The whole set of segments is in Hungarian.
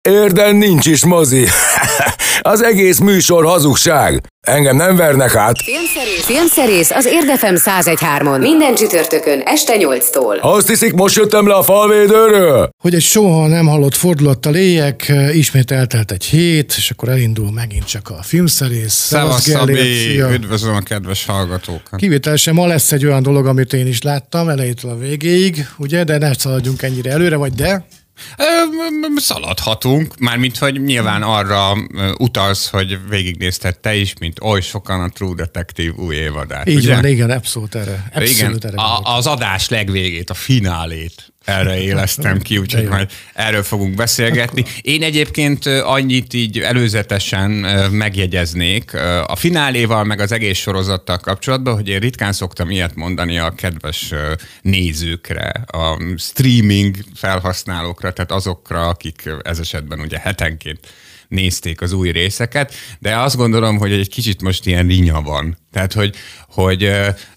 Érden nincs is mozi. Az egész műsor hazugság. Engem nem vernek át. Filmszerész az Érd FM 101.3-on. Minden csütörtökön este 8-tól. Azt hiszik, most jöttem le a falvédőről? Hogy egy soha nem hallott fordulattal éljek, ismét eltelt egy hét, és akkor elindul megint csak a Filmszerész. Szevasz, Szabi! Üdvözlöm a kedves hallgatókat! Kivételesen ma lesz egy olyan dolog, amit én is láttam elejétől a végéig, ugye, de ne szaladjunk ennyire előre, vagy de? Szaladhatunk, mármint, hogy nyilván arra utalsz, hogy végignézted te is, mint oly sokan a True Detective új évadát. Így ugye? van, igen, abszolút erre. Igen, az adás legvégét, a finálét erre élesztem ki, úgyhogy majd erről fogunk beszélgetni. Én egyébként annyit így előzetesen megjegyeznék a fináléval, meg az egész sorozattal kapcsolatban, hogy én ritkán szoktam ilyet mondani a kedves nézőkre, a streaming felhasználókra, tehát azokra, akik ez esetben ugye hetenként nézték az új részeket, de azt gondolom, hogy egy kicsit most ilyen rinya van. Tehát, hogy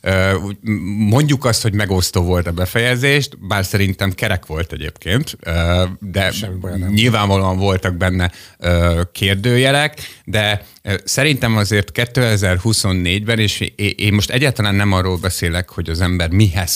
mondjuk azt, hogy megosztó volt a befejezést, bár szerintem kerek volt egyébként, de nyilvánvalóan voltak benne kérdőjelek, de szerintem azért 2024-ben, és én most egyáltalán nem arról beszélek, hogy az ember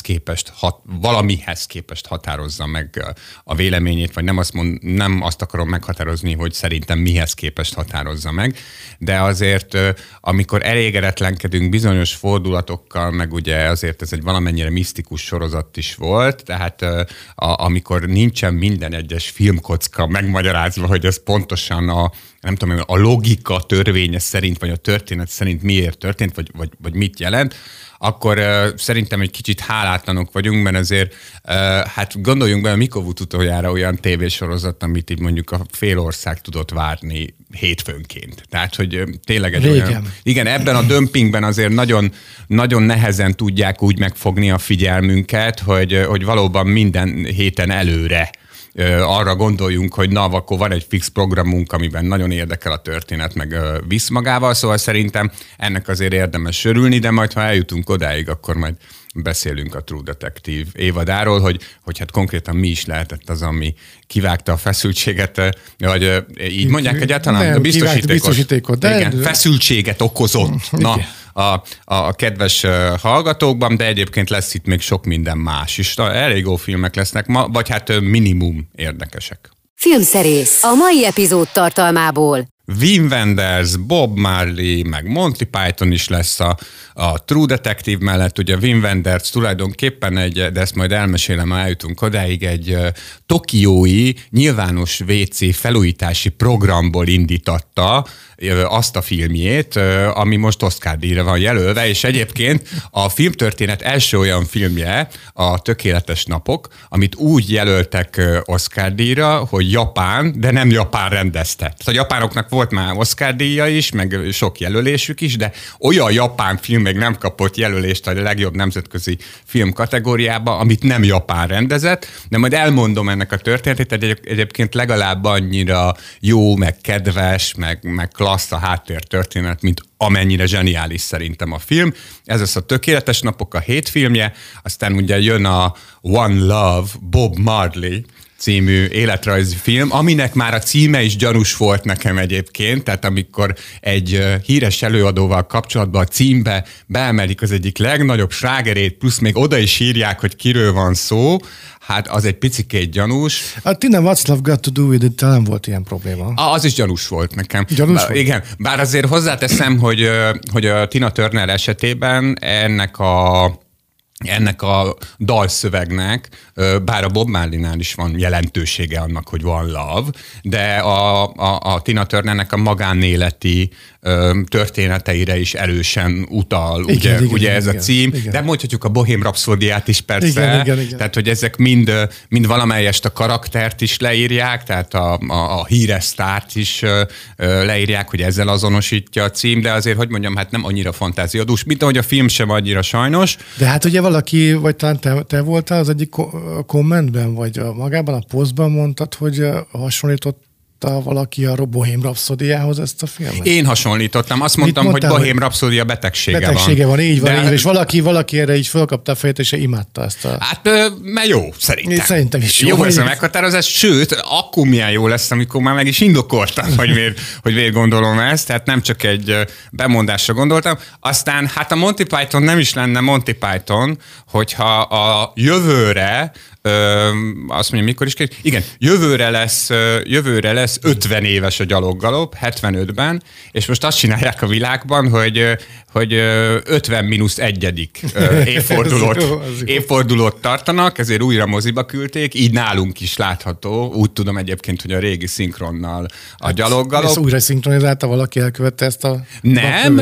valamihez képest határozza meg a véleményét, vagy nem azt akarom meghatározni, hogy szerintem mihez képest határozza meg, de azért, amikor elégedetlenkedünk bizonyos fordulatokkal, meg ugye azért ez egy valamennyire misztikus sorozat is volt, tehát amikor nincsen minden egyes filmkocka megmagyarázva, hogy ez pontosan a logika törvénye szerint, vagy a történet szerint miért történt, vagy mit jelent, akkor szerintem egy kicsit hálátlanok vagyunk, mert azért hát gondoljunk bele, mikor volt utoljára olyan tévésorozat, amit így mondjuk a fél ország tudott várni hétfőnként. Tehát, hogy tényleg egy olyan... Igen, ebben a dömpingben azért nagyon, nagyon nehezen tudják úgy megfogni a figyelmünket, hogy valóban minden héten előre arra gondoljunk, hogy na, akkor van egy fix programunk, amiben nagyon érdekel a történet, meg visz magával, szóval szerintem ennek azért érdemes örülni, de majd, ha eljutunk odáig, akkor majd beszélünk a True Detective évadáról, hogy hát konkrétan mi is lehetett az, ami kivágta a feszültséget, vagy így mondják egyáltalán, a biztosítékot. Igen, feszültséget okozott. Na, a kedves hallgatókban, de egyébként lesz itt még sok minden más is. Elég jó filmek lesznek ma, vagy hát minimum érdekesek. Filmszerész a mai epizód tartalmából. Wim Wenders, Bob Marley, meg Monty Python is lesz a True Detective mellett. Ugye Wim Wenders tulajdonképpen de ezt majd elmesélem, ha eljutunk odáig, egy tokiói nyilvános WC felújítási programból indítatta azt a filmjét, ami most Oscar-díjra van jelölve, és egyébként a filmtörténet első olyan filmje, a Tökéletes napok, amit úgy jelöltek Oscar-díjra, hogy Japán, de nem Japán rendezte. Tehát a japánoknak volt már Oscar-díja is, meg sok jelölésük is, de olyan japán film még nem kapott jelölést a legjobb nemzetközi film kategóriába, amit nem Japán rendezett, de majd elmondom ennek a történetét, egyébként legalább annyira jó, meg kedves, meg klassz a háttértörténet, mint amennyire zseniális szerintem a film. Ez az a Tökéletes napok, a 7 filmje, aztán ugye jön a One Love, Bob Marley című életrajzi film, aminek már a címe is gyanús volt nekem egyébként, tehát amikor egy híres előadóval kapcsolatban a címbe beemelik az egyik legnagyobb slágerét, plusz még oda is írják, hogy kiről van szó, hát az egy picikét gyanús. A Tina What's Love Got to Do with It, talán volt ilyen probléma. Az is gyanús volt nekem. Gyanús volt? Igen, bár azért hozzáteszem, hogy a Tina Turner esetében ennek a dalszövegnek, bár a Bob Marleynál is van jelentősége annak, hogy van love, de a Tina Turnernek a magánéleti történeteire is erősen utal, ugye ez a cím, de mondhatjuk a Bohém Rhapsódiát is persze, igen. Tehát hogy ezek mind valamelyest a karaktert is leírják, tehát a híres sztárt is leírják, hogy ezzel azonosítja a cím, de azért, hogy mondjam, hát nem annyira fantáziadús, mint ahogy a film sem annyira sajnos. De hát ugye valaki, vagy talán te voltál az egyik kommentben, vagy magában a posztban mondtad, hogy hasonlított hasonlította valaki a Bohém Rhapsodiához ezt a filmet? Én hasonlítottam. Azt mondtam, hogy Bohém Rhapsodia betegsége van. Így van, így, és valaki erre így fölkapta a fejét, és imádta ezt a... Hát, mert jó, szerintem. Én szerintem is jó ez a meghatározás, sőt, akkor milyen jó lesz, amikor már meg is indokoltam, hogy miért gondolom ezt, tehát nem csak egy bemondásra gondoltam. Aztán hát a Monty Python nem is lenne Monty Python, hogyha a jövőre azt mondja, mikor is kell? Igen, jövőre lesz 50 éves a gyaloggalop, 75-ben, és most azt csinálják a világban, hogy 50-1. évfordulót tartanak, ezért újra moziba küldték, így nálunk is látható, úgy tudom egyébként, hogy a régi szinkronnal a gyaloggalop. Ezt újra szinkronizálta, valaki elkövette ezt a... Nem,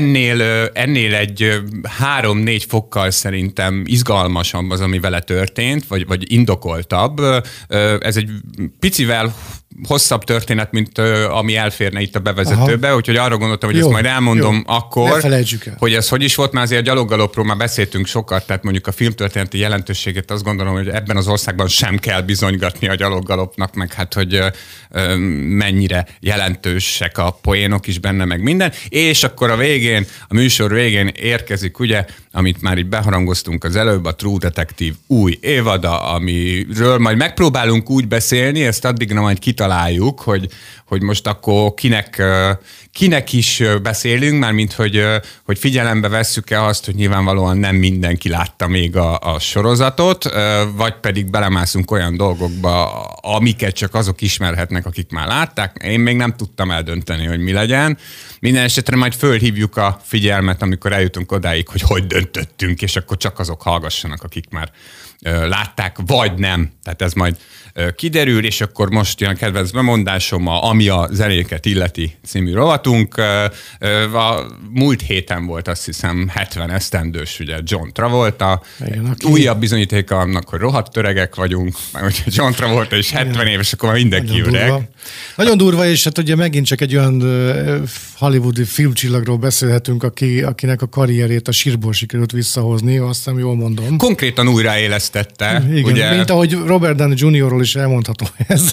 ennél egy 3-4 fokkal szerintem izgalmasabb az, ami vele történt, vagy indokoltabb. Ez egy picivel hosszabb történet, mint ami elférne itt a bevezetőbe, úgyhogy arra gondoltam, hogy ezt majd elmondom akkor, hogy ez hogy is volt, már azért a gyaloggalopról már beszéltünk sokat, tehát mondjuk a filmtörténeti jelentőségét azt gondolom, hogy ebben az országban sem kell bizonygatni a gyaloggalopnak, meg hát, hogy mennyire jelentősek a poénok is benne, meg minden, és akkor a műsor végén érkezik, ugye, amit már itt beharangoztunk az előbb, a True Detective új évada, amiről majd megpróbálunk úgy beszélni, ezt addig majd kitaláljuk, hogy most akkor kinek is beszélünk, mármint hogy figyelembe vesszük-e azt, hogy nyilvánvalóan nem mindenki látta még a sorozatot, vagy pedig belemászunk olyan dolgokba, amiket csak azok ismerhetnek, akik már látták. Én még nem tudtam eldönteni, hogy mi legyen. Minden esetre majd fölhívjuk a figyelmet, amikor eljutunk odáig, hogy döntöttünk, és akkor csak azok hallgassanak, akik már látták, vagy nem. Tehát ez majd kiderül, és akkor most jön a kedvenc bemondásom, Ami a zenéket illeti című rovatunk. A múlt héten volt, azt hiszem, 70 esztendős, ugye John Travolta. Újabb bizonyítéka annak, hogy rohadt öregek vagyunk, úgyhogy John Travolta is 70 éves, akkor már mindenki öreg. Nagyon durva, és hát ugye megint csak egy olyan hollywoodi filmcsillagról beszélhetünk, akinek a karrierét a sírból sikerült visszahozni, azt hiszem jól mondom. Konkrétan újraélesztette. Igen, ugye? Mint ahogy Robert Downey Jr.-ról is elmondható ez.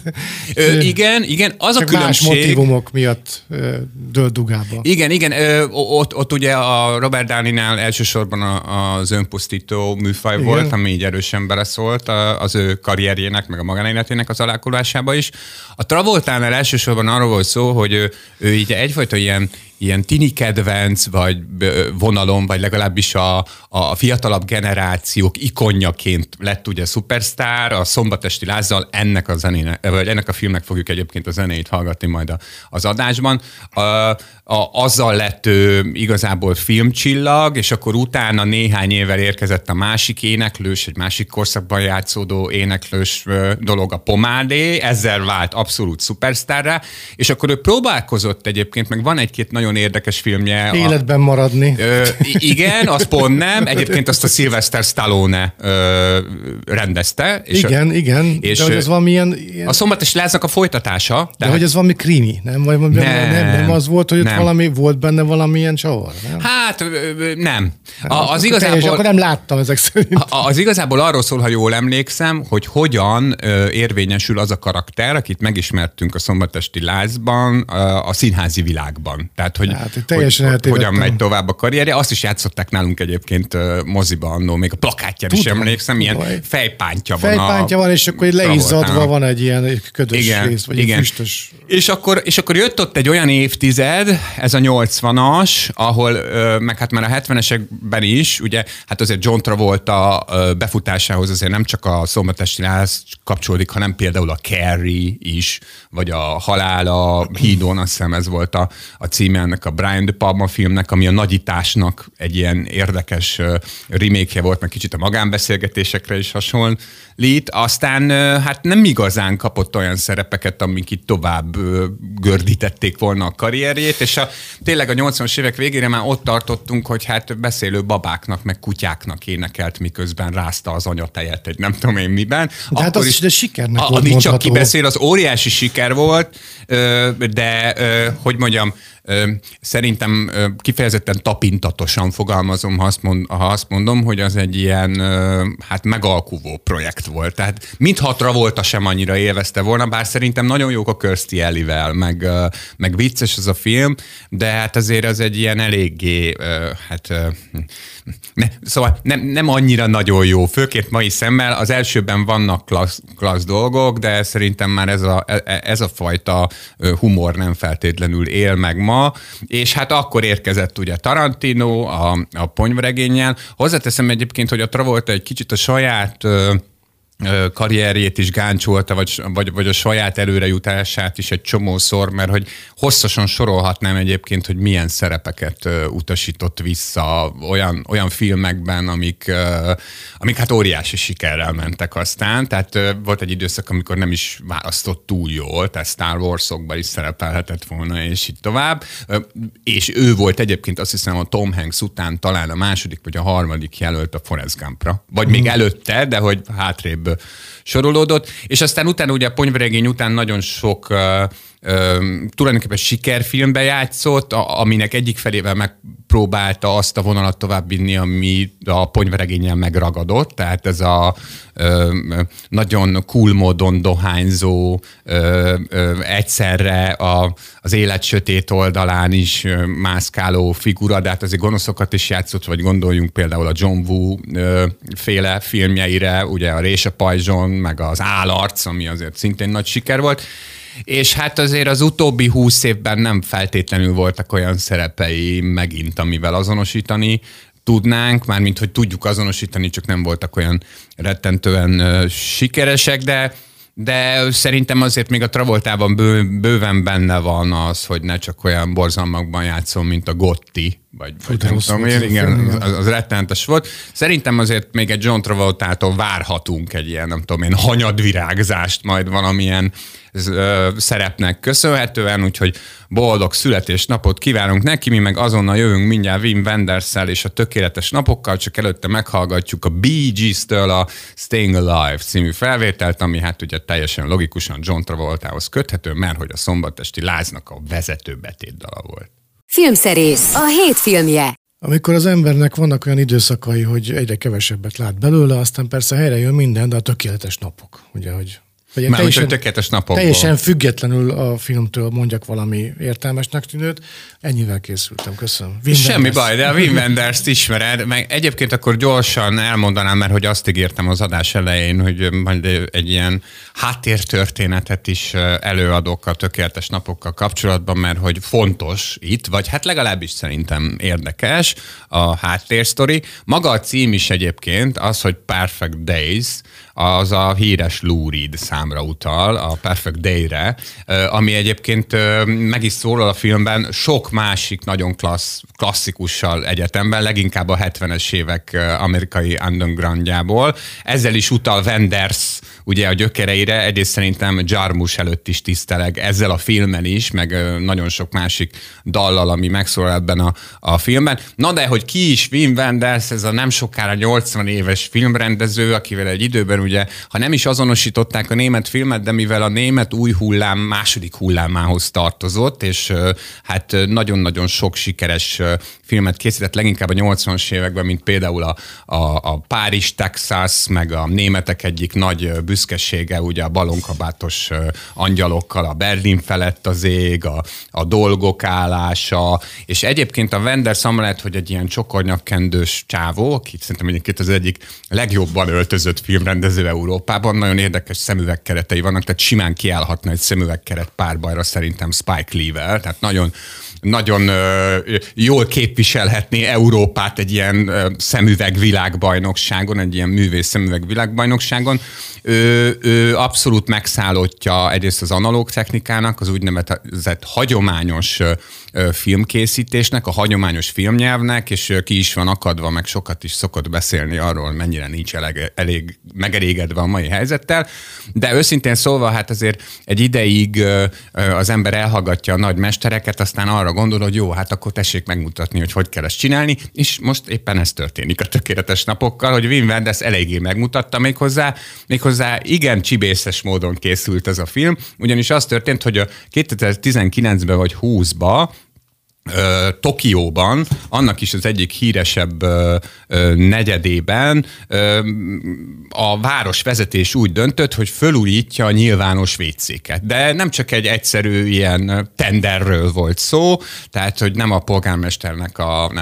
Igen, az csak a különbség... más motívumok miatt dölt dugába. Igen, ott ugye a Robert Downey-nál elsősorban az önpusztító műfaj volt, ami így erősen beleszólt az ő karrierjének, meg a magánéletének az alakulásába is. A Travoltánál elsősorban arról volt szó, hogy ő így egyfajta ilyen tini kedvenc, vagy vonalon, vagy legalábbis a fiatalabb generációk ikonjaként lett ugye szupersztár, a Szombatesti Lázzal ennek a filmnek fogjuk egyébként a zenéit hallgatni majd az adásban. Azzal lett igazából filmcsillag, és akkor utána néhány évvel érkezett a másik éneklős, egy másik korszakban játszódó éneklős dolog, a Pomádé, ezzel vált abszolút szupersztárrá, és akkor ő próbálkozott egyébként, meg van egy-két nagyon érdekes filmje. Életben maradni. Igen, az pont nem. Egyébként azt a Sylvester Stallone rendezte. És igen. És de hogy ez valamilyen... A Szombatesti Láznak a folytatása. De hogy ez valami krimi, nem? Vagy nem az volt, hogy volt benne valamilyen csavar? Nem? Hát nem. Az igazából... Akkor nem láttam ezek szerint. Az igazából arról szól, ha jól emlékszem, hogy hogyan érvényesül az a karakter, akit megismertünk a Szombatesti Lázban, a színházi világban. Tehát, hogy hogyan megy tovább a karrierje. Azt is játszották nálunk egyébként moziba annó, még a plakátjára is emlékszem, ilyen fejpántja van. Fejpántja van, és akkor leizzadva van egy ilyen ködös rész, vagy egy füstös. És akkor jött ott egy olyan évtized, ez a 80-as, ahol meg hát már a 70-esekben is, ugye, hát azért John Travolta befutásához azért nem csak a Szombatesti Láz kapcsolódik, hanem például a Carrie is, vagy a Halál a hídon, azt hiszem ez volt a címe ennek a Brian De Palma filmnek, ami a Nagyításnak egy ilyen érdekes remake-je volt, meg kicsit a magánbeszélgetésekre is hasonlít. Aztán hát nem igazán kapott olyan szerepeket, amik itt tovább gördítették volna a karrierjét, és tényleg a 80-as évek végére már ott tartottunk, hogy hát beszélő babáknak, meg kutyáknak énekelt, miközben rázta az anyatejet egy nem tudom én miben. De hát az is de sikernek volt amit mondható. Csak kibeszél, az óriási siker volt, de hogy mondjam, Szerintem kifejezetten tapintatosan fogalmazom, ha azt mondom, hogy az egy ilyen hát megalkuvó projekt volt. Tehát mintha Travolta sem annyira élvezte volna, bár szerintem nagyon jók a Kirstie Alley-vel, meg vicces az a film, de hát azért az egy ilyen eléggé, szóval nem annyira nagyon jó, főként mai szemmel. Az elsőben vannak klassz dolgok, de szerintem már ez a fajta humor nem feltétlenül él meg ma, és hát akkor érkezett ugye Tarantino a Ponyvaregénnyel. Hozzáteszem egyébként, hogy a Travolta egy kicsit a saját karrierjét is gáncsolta, vagy a saját előrejutását is egy csomószor, mert hogy hosszasan sorolhatnám egyébként, hogy milyen szerepeket utasított vissza olyan filmekben, amik hát óriási sikerrel mentek aztán. Tehát volt egy időszak, amikor nem is választott túl jól, tehát Star Wars-okban is szerepelhetett volna, és így tovább. És ő volt egyébként azt hiszem a Tom Hanks után talán a második vagy a harmadik jelölt a Forrest Gumpra. Vagy még előtte, de hogy hátrébb sorolódott, és aztán utána ugye a Ponyvaregény után nagyon sok tulajdonképpen sikerfilmbe játszott, aminek egyik felével megpróbálta azt a vonalat továbbvinni, ami a Ponyvaregénnyel megragadott, tehát ez a nagyon cool módon dohányzó, egyszerre az élet sötét oldalán is mászkáló figura, de hát azért gonoszokat is játszott, vagy gondoljunk például a John Woo féle filmjeire, ugye a Rés a pajzson, meg az Állarc, ami azért szintén nagy siker volt. És hát azért az utóbbi 20 évben nem feltétlenül voltak olyan szerepei megint, amivel azonosítani tudnánk, mármint hogy tudjuk azonosítani, csak nem voltak olyan rettentően sikeresek, de szerintem azért még a Travoltában bőven benne van az, hogy ne csak olyan borzalmakban játszom, mint a Gotti, vagy nem tudom én, igen, az rettenetes volt. Szerintem azért még egy John Travoltától várhatunk egy ilyen, nem tudom én, hanyadvirágzást majd valamilyen szerepnek köszönhetően, úgyhogy boldog születésnapot kívánunk neki, mi meg azonnal jövünk mindjárt Wim Wenderssel és a tökéletes napokkal, csak előtte meghallgatjuk a Bee Gees-től a Staying Alive című felvételt, ami hát ugye teljesen logikusan John Travoltához köthető, mert hogy a szombatesti láznak a vezető betétdala volt. Filmszerész, a hét filmje. Amikor az embernek vannak olyan időszakai, hogy egyre kevesebbet lát belőle, aztán persze helyre jön minden, de a tökéletes napok, ugye, hogy tökéletes napokból. Teljesen függetlenül a filmtől mondjak valami értelmesnek tűnőt. Ennyivel készültem, köszönöm. Semmi baj, de a Wim Wenders-t ismered. Meg egyébként akkor gyorsan elmondanám, mert hogy azt ígértem az adás elején, hogy majd egy ilyen háttértörténetet is előadok a tökéletes napokkal kapcsolatban, mert hogy fontos itt, vagy hát legalábbis szerintem érdekes a háttérsztori. Maga a cím is egyébként az, hogy Perfect Days, az a híres Lou Reed számra utal, a Perfect Day-re, ami egyébként meg is szólal a filmben sok másik nagyon klasszikussal egyetemben, leginkább a 70-es évek amerikai undergroundjából. Ezzel is utal Wenders ugye a gyökereire, egyrészt szerintem Jarmusch előtt is tiszteleg ezzel a filmmel is, meg nagyon sok másik dallal, ami megszólal ebben a filmben. Na de, hogy ki is Wim Wenders, ez a nem sokára 80 éves filmrendező, akivel egy időben ugye, ha nem is azonosították a német filmet, de mivel a német új hullám második hullámához tartozott, és hát nagyon-nagyon sok sikeres filmet készített, leginkább a 80-as években, mint például a Párizs, Texas, meg a németek egyik nagy büszkesége, ugye a balonkabátos angyalokkal, a Berlin felett az ég, a dolgok állása, és egyébként a Wenders amellett, hogy egy ilyen csokornyakkendős csávó, aki szerintem egyébként az egyik legjobban öltözött filmrendező Európában, nagyon érdekes szemüvegkeretei vannak, tehát simán kiállhatna egy szemüvegkeret párbajra szerintem Spike Lee-vel, tehát nagyon jól képviselhetné Európát egy ilyen szemüvegvilágbajnokságon, egy ilyen művész szemüvegvilágbajnokságon. Ő abszolút megszállottja egyrészt az analóg technikának, az úgynevezett hagyományos filmkészítésnek, a hagyományos filmnyelvnek, és ki is van akadva, meg sokat is szokott beszélni arról, mennyire nincs elég megelégedve a mai helyzettel. De őszintén szólva, hát azért egy ideig az ember elhallgatja a nagy mestereket, aztán arra gondol, hogy jó, hát akkor tessék megmutatni, hogy kell ezt csinálni, és most éppen ez történik a tökéletes napokkal, hogy Wim Wenders eléggé megmutatta méghozzá igen csibészes módon készült ez a film, ugyanis az történt, hogy a 2019-ben vagy 20-ba Tokióban, annak is az egyik híresebb negyedében a városvezetés úgy döntött, hogy fölújítja a nyilvános vécéket. De nem csak egy egyszerű ilyen tenderről volt szó, tehát hogy nem a polgármesternek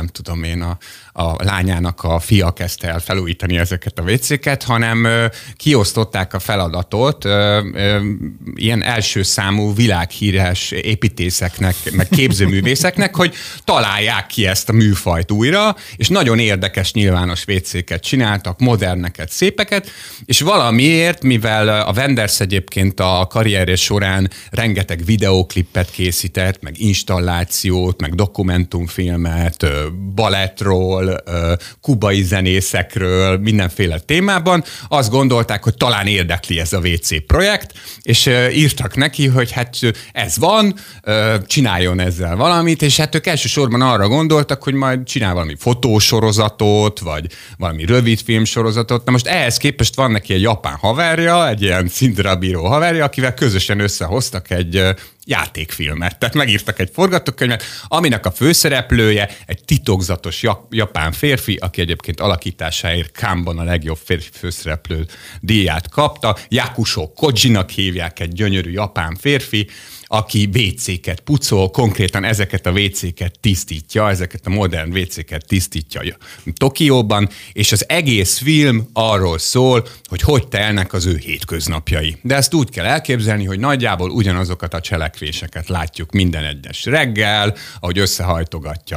a lányának a fia kezdte el felújítani ezeket a vécéket, hanem kiosztották a feladatot ilyen első számú világhíres építészeknek, meg képzőművészeknek, hogy találják ki ezt a műfajt újra, és nagyon érdekes nyilvános vécéket csináltak, moderneket, szépeket, és valamiért, mivel a Wenders egyébként a karrierje során rengeteg videóklipet készített, meg installációt, meg dokumentumfilmet, balettról, kubai zenészekről, mindenféle témában, azt gondolták, hogy talán érdekli ez a WC projekt, és írtak neki, hogy hát ez van, csináljon ezzel valamit, és hát ők elsősorban arra gondoltak, hogy majd csinál valami fotósorozatot, vagy valami rövidfilmsorozatot. Na most ehhez képest van neki egy japán haverja, egy ilyen színre bíró haverja, akivel közösen összehoztak egy játékfilmet. Tehát megírtak egy forgatókönyvet, aminek a főszereplője egy titokzatos japán férfi, aki egyébként alakításáért Cannes-ban a legjobb férfi főszereplő díját kapta. Yakusho Kojinak hívják, egy gyönyörű japán férfi, aki WC-ket pucol, konkrétan ezeket a WC-ket tisztítja, ezeket a modern WC-ket tisztítja Tokióban, és az egész film arról szól, hogy telnek az ő hétköznapjai. De ezt úgy kell elképzelni, hogy nagyjából ugyanazokat a cselekvéseket látjuk minden egyes reggel, ahogy összehajtogatja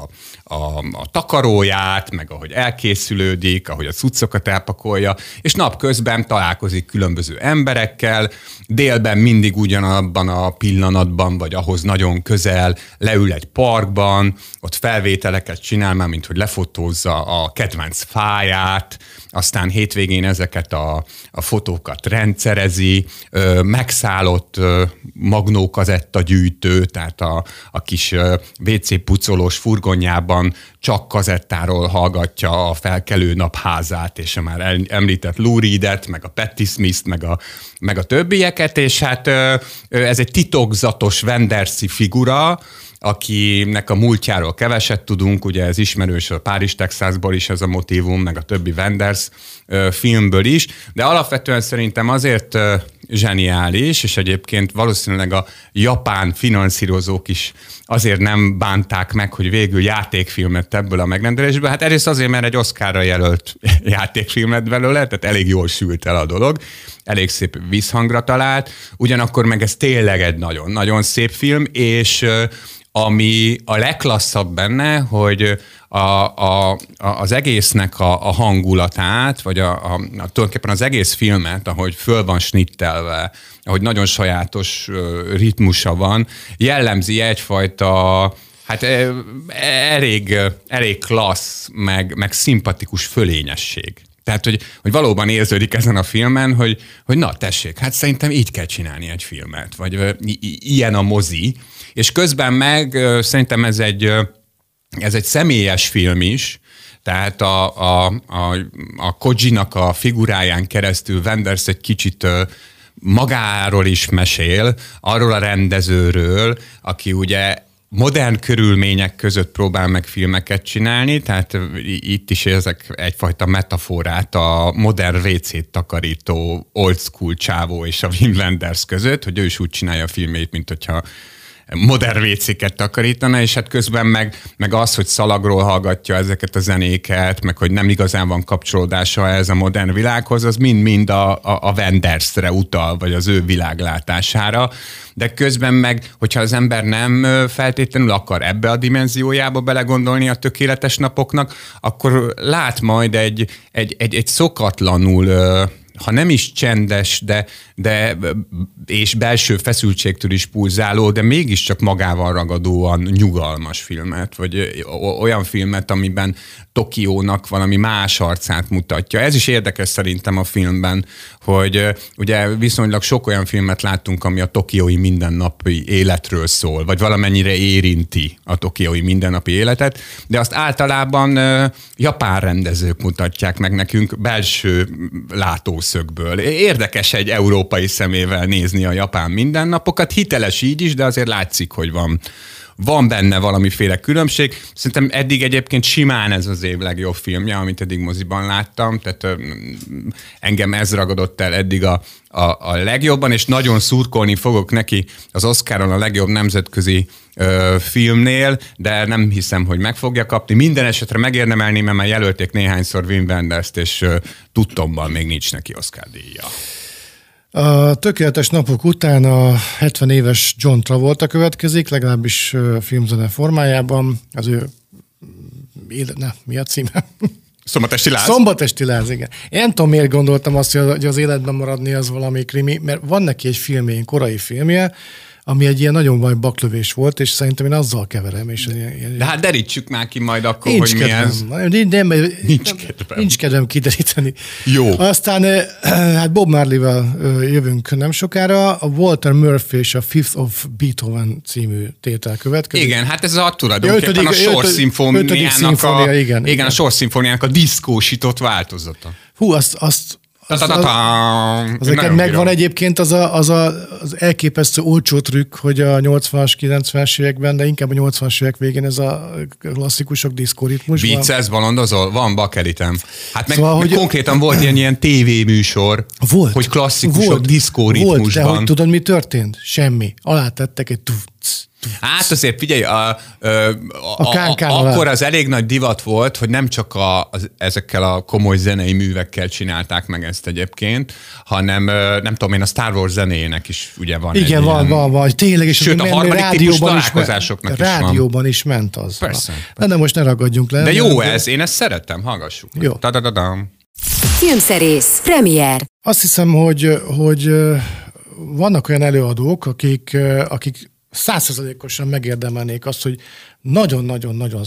a takaróját, meg ahogy elkészülődik, ahogy a cuccokat elpakolja, és napközben találkozik különböző emberekkel, délben mindig ugyanabban a pillanatban, vagy ahhoz nagyon közel leül egy parkban, ott felvételeket csinál már, mint hogy lefotózza a kedvenc fáját, aztán hétvégén ezeket a fotókat rendszerezi, megszállott magnókazetta gyűjtő, tehát a kis WC pucolós furgonjában csak kazettáról hallgatja a felkelő napházát, és a már említett Lou Reedet, meg a Patti Smith-t, meg a többieket, és hát ez egy titokzatos Wendersi figura, akinek a múltjáról keveset tudunk, ugye ez ismerős a Párizs, Texasból is ez a motívum, meg a többi Wenders filmből is, de alapvetően szerintem azért zseniális, és egyébként valószínűleg a japán finanszírozók is azért nem bánták meg, hogy végül játékfilmet ebből a megrendelésből. Hát egyrészt azért, mert egy Oscarra jelölt játékfilmet belőle, tehát elég jól sült el a dolog, elég szép visszhangra talált, ugyanakkor meg ez tényleg egy nagyon-nagyon szép film, és ami a legklasszabb benne, hogy az egésznek a hangulatát, vagy tulajdonképpen az egész filmet, ahogy föl van snittelve, ahogy nagyon sajátos ritmusa van, jellemzi egyfajta, hát elég klassz, meg szimpatikus fölényesség. Tehát, hogy valóban érződik ezen a filmen, hogy na tessék, hát szerintem így kell csinálni egy filmet, vagy ilyen a mozi, és közben meg szerintem ez egy személyes film is, tehát a Kojinak a figuráján keresztül Wenders egy kicsit magáról is mesél, arról a rendezőről, aki ugye modern körülmények között próbál meg filmeket csinálni, tehát itt is érzek egyfajta metaforát a modern WC-t takarító old school csávó és a Wim Wenders között, hogy ő is úgy csinálja a filmét, mint hogyha modern WC-ket takarítana, és hát közben meg az, hogy szalagról hallgatja ezeket a zenéket, meg hogy nem igazán van kapcsolódása ez a modern világhoz, az mind-mind a Wendersre utal, vagy az ő világlátására. De közben meg, hogyha az ember nem feltétlenül akar ebbe a dimenziójába belegondolni a tökéletes napoknak, akkor lát majd egy szokatlanul, ha nem is csendes, de és belső feszültségtől is pulzáló, de mégiscsak magával ragadóan nyugalmas filmet, vagy olyan filmet, amiben Tokiónak valami más arcát mutatja. Ez is érdekes szerintem a filmben, hogy ugye viszonylag sok olyan filmet láttunk, ami a tokiói mindennapi életről szól, vagy valamennyire érinti a tokiói mindennapi életet, de azt általában japán rendezők mutatják meg nekünk belső látószögből. Érdekes egy európai európai szemével nézni a japán mindennapokat. Hiteles így is, de azért látszik, hogy van benne valamiféle különbség. Szerintem eddig egyébként simán ez az év legjobb filmje, amit eddig moziban láttam, tehát engem ez ragadott el eddig a legjobban, és nagyon szurkolni fogok neki az Oscaron a legjobb nemzetközi filmnél, de nem hiszem, hogy meg fogja kapni. Minden esetre megérdemelni, mert már jelölték néhányszor Wim Wenders-t, és tudtomban még nincs neki Oscar díja. A tökéletes napok után a 70 éves John Travolta következik, legalábbis filmzene formájában. Az ő mi a címe? Szombatesti láz? Szombatesti láz, igen. Én nem tudom, miért gondoltam azt, hogy az életben maradni az valami krimi, mert van neki egy filmje, egy korai filmje, ami egy ilyen nagyon nagy baklövés volt, és szerintem én azzal keverem. És de hát derítsük már ki majd akkor, nincs hogy kedvem. Mi ez. Nincs kedvem kideríteni. Jó. Aztán hát Bob Marley-vel jövünk nem sokára. A Walter Murphy és a Fifth of Beethoven című tétel következik. Igen, hát ez tulajdonképpen a Sorszimfóniának a Sorszimfóniának a diszkósított változata. Hú, az neked megvan egyébként az elképesztő olcsó trükk, hogy a 80-as, 90-es években, de inkább a 80-as évek végén ez a klasszikusok diszkoritmus. Vicces, balondozol? Van bakelitem. Hát szóval, meg konkrétan volt ilyen tévéműsor, hogy klasszikusok diszkoritmusban. Volt, de hogy tudod, mi történt? Semmi. Alátettek egy Hát azért figyelj, akkor az elég nagy divat volt, hogy nem csak ezekkel a komoly zenei művekkel csinálták meg ezt egyébként, hanem nem tudom én, a Star Wars zenéjének is ugye van. Igen, van. Tényleg, és sőt, a harmadik típus találkozásoknak is van. Rádióban is ment az. Persze. De most ne ragadjunk le. De jó ez, én ezt szeretem, hallgassuk. Jó. Filmszerész, premier. Azt hiszem, hogy vannak olyan előadók, akik 100%-osan megérdemelnék azt, hogy nagyon-nagyon-nagyon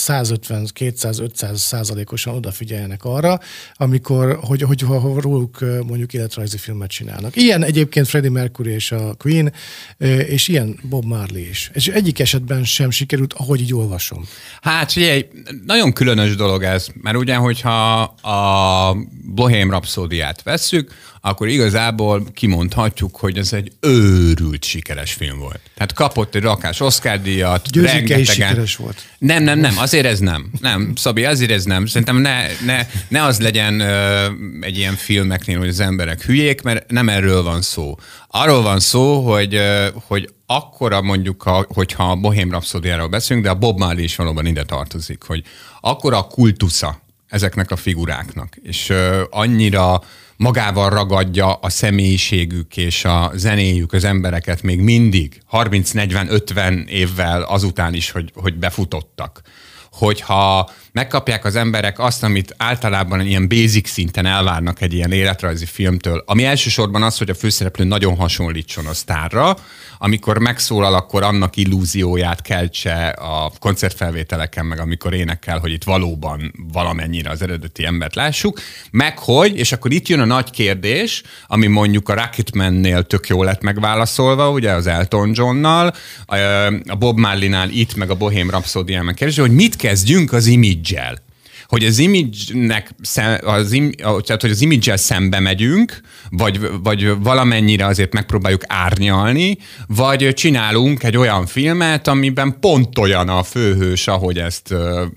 150-200-500%-osan odafigyeljenek arra, amikor, hogy róluk mondjuk életrajzi filmet csinálnak. Ilyen egyébként Freddie Mercury és a Queen, és ilyen Bob Marley is. És egyik esetben sem sikerült, ahogy így olvasom. Hát figyelj, nagyon különös dolog ez, mert ugye, hogyha a Bohém Rhapsódiát vesszük, akkor igazából kimondhatjuk, hogy ez egy őrült sikeres film volt. Tehát kapott egy rakás Oscar-díjat, Győzike is sikeres volt. Nem, azért ez nem. Nem, Szabi, azért ez nem. Szerintem ne az legyen egy ilyen filmeknél, hogy az emberek hülyék, mert nem erről van szó. Arról van szó, hogy akkora mondjuk, hogyha a Bohém Rhapsódiáról beszélünk, de a Bob Marley is valóban ide tartozik, hogy akkora a kultusza ezeknek a figuráknak, és annyira magával ragadja a személyiségük és a zenéjük az embereket még mindig, 30-40-50 évvel azután is, hogy befutottak. Hogyha megkapják az emberek azt, amit általában ilyen basic szinten elvárnak egy ilyen életrajzi filmtől, ami elsősorban az, hogy a főszereplő nagyon hasonlítson a sztárra, amikor megszólal, akkor annak illúzióját keltse a koncertfelvételeken, meg amikor énekel, hogy itt valóban valamennyire az eredeti embert lássuk, meg hogy, és akkor itt jön a nagy kérdés, ami mondjuk a Rocketman-nél tök jól lett megválaszolva, ugye az Elton Johnnal, a Bob Marley-nál itt, meg a Bohém Rhapsódián meg kérdés, hogy mit kezdjünk az image-el. Hogy az image-nek, tehát hogy az image-el szembe megyünk, vagy valamennyire azért megpróbáljuk árnyalni, vagy csinálunk egy olyan filmet, amiben pont olyan a főhős, ahogy ezt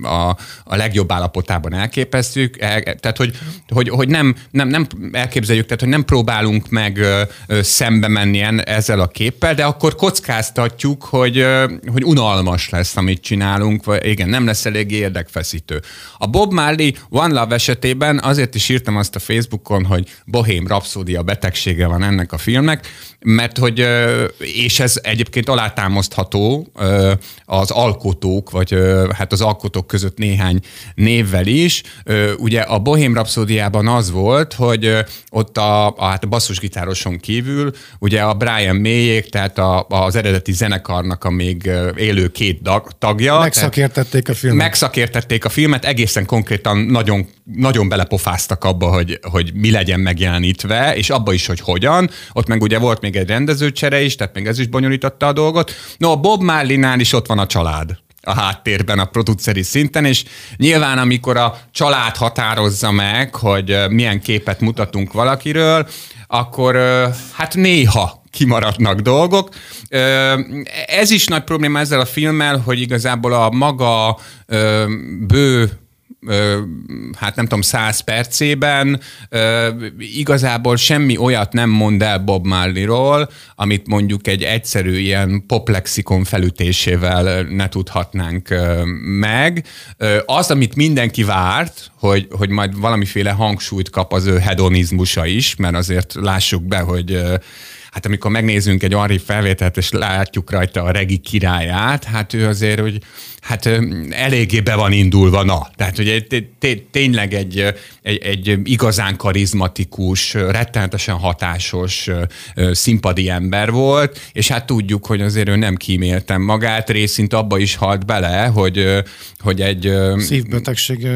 a legjobb állapotában elképeztük. Tehát, hogy nem elképzeljük, tehát, hogy nem próbálunk meg szembe menni ezzel a képpel, de akkor kockáztatjuk, hogy unalmas lesz, amit csinálunk, vagy igen, nem lesz elég érdekfeszítő. A Bob Marley One Love esetében azért is írtam azt a Facebookon, hogy Bohém Rhapsódia betegsége van ennek a filmnek, mert hogy, és ez egyébként alátámasztható az alkotók, vagy hát az alkotók között néhány névvel is. Ugye a Bohém Rhapsódiában az volt, hogy ott a basszusgitároson kívül, ugye a Brian Mayék, tehát az eredeti zenekarnak a még élő két tagja. Megszakértették a filmet, egészen konkrétan nagyon, nagyon belepofáztak abba, hogy mi legyen megjelenítve, és abba is, hogy hogyan. Ott meg ugye volt még egy rendezőcsere is, tehát még ez is bonyolította a dolgot. No, a Bob Marley-nál is ott van a család. a háttérben, a produceri szinten, és nyilván amikor a család határozza meg, hogy milyen képet mutatunk valakiről, akkor hát néha kimaradnak dolgok. Ez is nagy probléma ezzel a filmmel, hogy igazából a maga bő hát nem tudom, 100 percében igazából semmi olyat nem mond el Bob Marleyról, amit mondjuk egy egyszerű ilyen poplexikon felütésével ne tudhatnánk meg. Az, amit mindenki várt, hogy majd valamiféle hangsúlyt kap az ő hedonizmusa is, mert azért lássuk be, hogy hát amikor megnézünk egy archív felvételt, és látjuk rajta a regi királyát, hát ő azért, hogy hát eléggé be van indulva, na. Tehát, hogy tényleg egy igazán karizmatikus, rettenetesen hatásos színpadi ember volt, és hát tudjuk, hogy azért ő nem kímélten magát, részint abba is halt bele, hogy egy... Szívbetegség.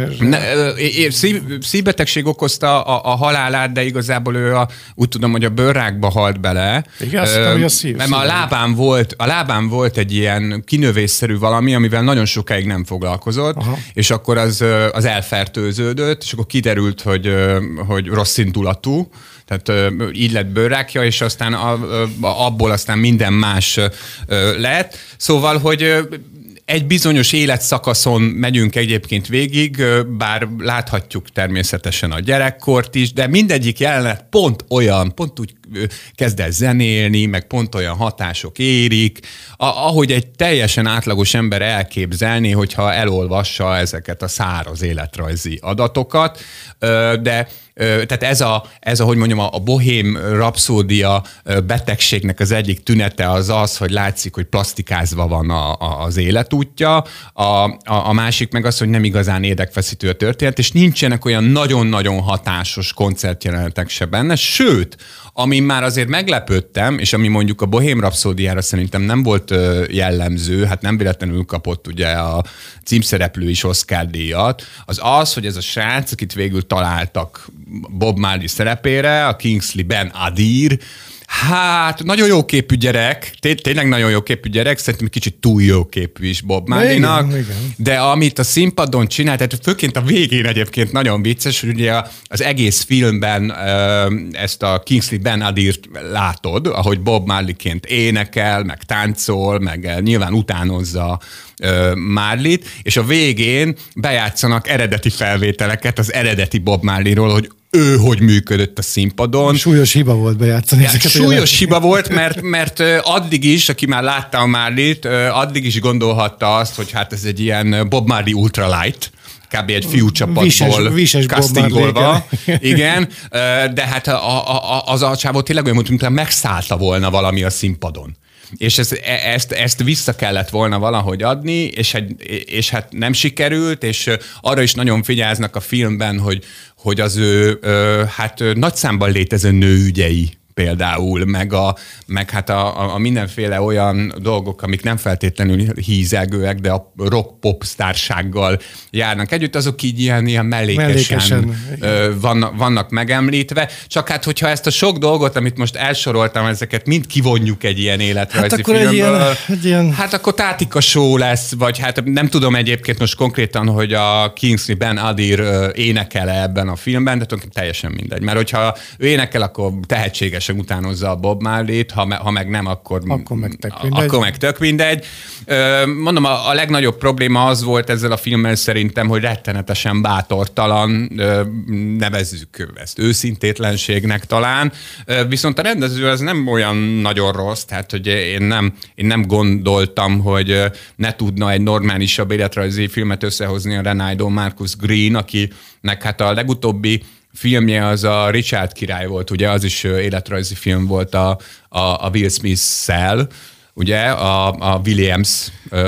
Szívbetegség okozta a halálát, de igazából ő úgy tudom, hogy a bőrrákba halt bele. Igen, azt hiszem, hogy a szív. Mert a lábán volt egy ilyen kinövésszerű valami, amivel nagyon sokáig nem foglalkozott, aha, és akkor az elfertőződött, és akkor kiderült, hogy rossz indulatú, tehát így lett bőrrákja, és aztán abból aztán minden más lett. Szóval, hogy egy bizonyos életszakaszon megyünk egyébként végig, bár láthatjuk természetesen a gyerekkort is, de mindegyik jelenet pont úgy kezd el zenélni, meg pont olyan hatások érik, ahogy egy teljesen átlagos ember elképzelni, hogyha elolvassa ezeket a száraz életrajzi adatokat, de tehát ez a, hogy mondjam, a bohém rapszódia betegségnek az egyik tünete az, hogy látszik, hogy plastikázva van az életútja, a másik meg az, hogy nem igazán érdekfeszítő a történet, és nincsenek olyan nagyon-nagyon hatásos koncertjelenetek se benne, sőt, amin már azért meglepődtem, és ami mondjuk a Bohém Rapszódiára szerintem nem volt jellemző, hát nem véletlenül kapott ugye a címszereplő is Oscar-díjat, az, hogy ez a srác, akit végül találtak Bob Marley szerepére, a Kingsley Ben-Adir, hát nagyon jó képű gyerek, tényleg nagyon jó képű gyerek, szerintem kicsit túl jó képű is Bob Marleynak, de amit a színpadon csinált, tehát főként a végén egyébként nagyon vicces, hogy ugye az egész filmben ezt a Kingsley Ben-Adirt látod, ahogy Bob Marleyként énekel, meg táncol, meg nyilván utánozza Marleyt, és a végén bejátszanak eredeti felvételeket az eredeti Bob Marleyról, hogy ő hogy működött a színpadon. Súlyos hiba volt bejátszani ezeket. Súlyos hiba volt, mert addig is, aki már látta a Marleyt, addig is gondolhatta azt, hogy hát ez egy ilyen Bob Marley ultralight, kb. Egy fiú csapatból castingolva. Igen, de hát az a csávó tényleg olyan volt, mintha megszállta volna valami a színpadon. És ezt vissza kellett volna valahogy adni, és hát nem sikerült, és arra is nagyon figyelznek a filmben, hogy az ő hát nagy számban létező nőügyei például, meg hát a mindenféle olyan dolgok, amik nem feltétlenül hízelgőek, de a rock-pop sztársággal járnak együtt, azok így ilyen mellékesen vannak megemlítve. Csak hát, hogyha ezt a sok dolgot, amit most elsoroltam, ezeket mind kivonjuk egy ilyen életrajzi filmből, hát akkor Tátika show lesz, vagy hát nem tudom egyébként most konkrétan, hogy a Kingsley Ben-Adir énekel ebben a filmben, de teljesen mindegy. Mert hogyha ő énekel, akkor tehetséges utánozza a Bob Marleyt, ha meg nem, akkor meg tök mindegy. Mondom, a legnagyobb probléma az volt ezzel a filmmel szerintem, hogy rettenetesen bátortalan, nevezzük ezt őszintétlenségnek talán, viszont a rendező az nem olyan nagyon rossz, tehát hogy én nem gondoltam, hogy ne tudna egy normálisabb életrajzi filmet összehozni a Renato Marcus Green, akinek hát a legutóbbi filmje az a Richard király volt, ugye, az is életrajzi film volt a Will Smith-szel, ugye, a Williams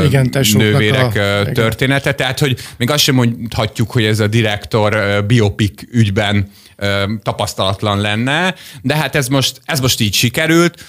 nővérek története, tehát, hogy még azt sem mondhatjuk, hogy ez a direktor biopic ügyben tapasztalatlan lenne, de hát ez most így sikerült.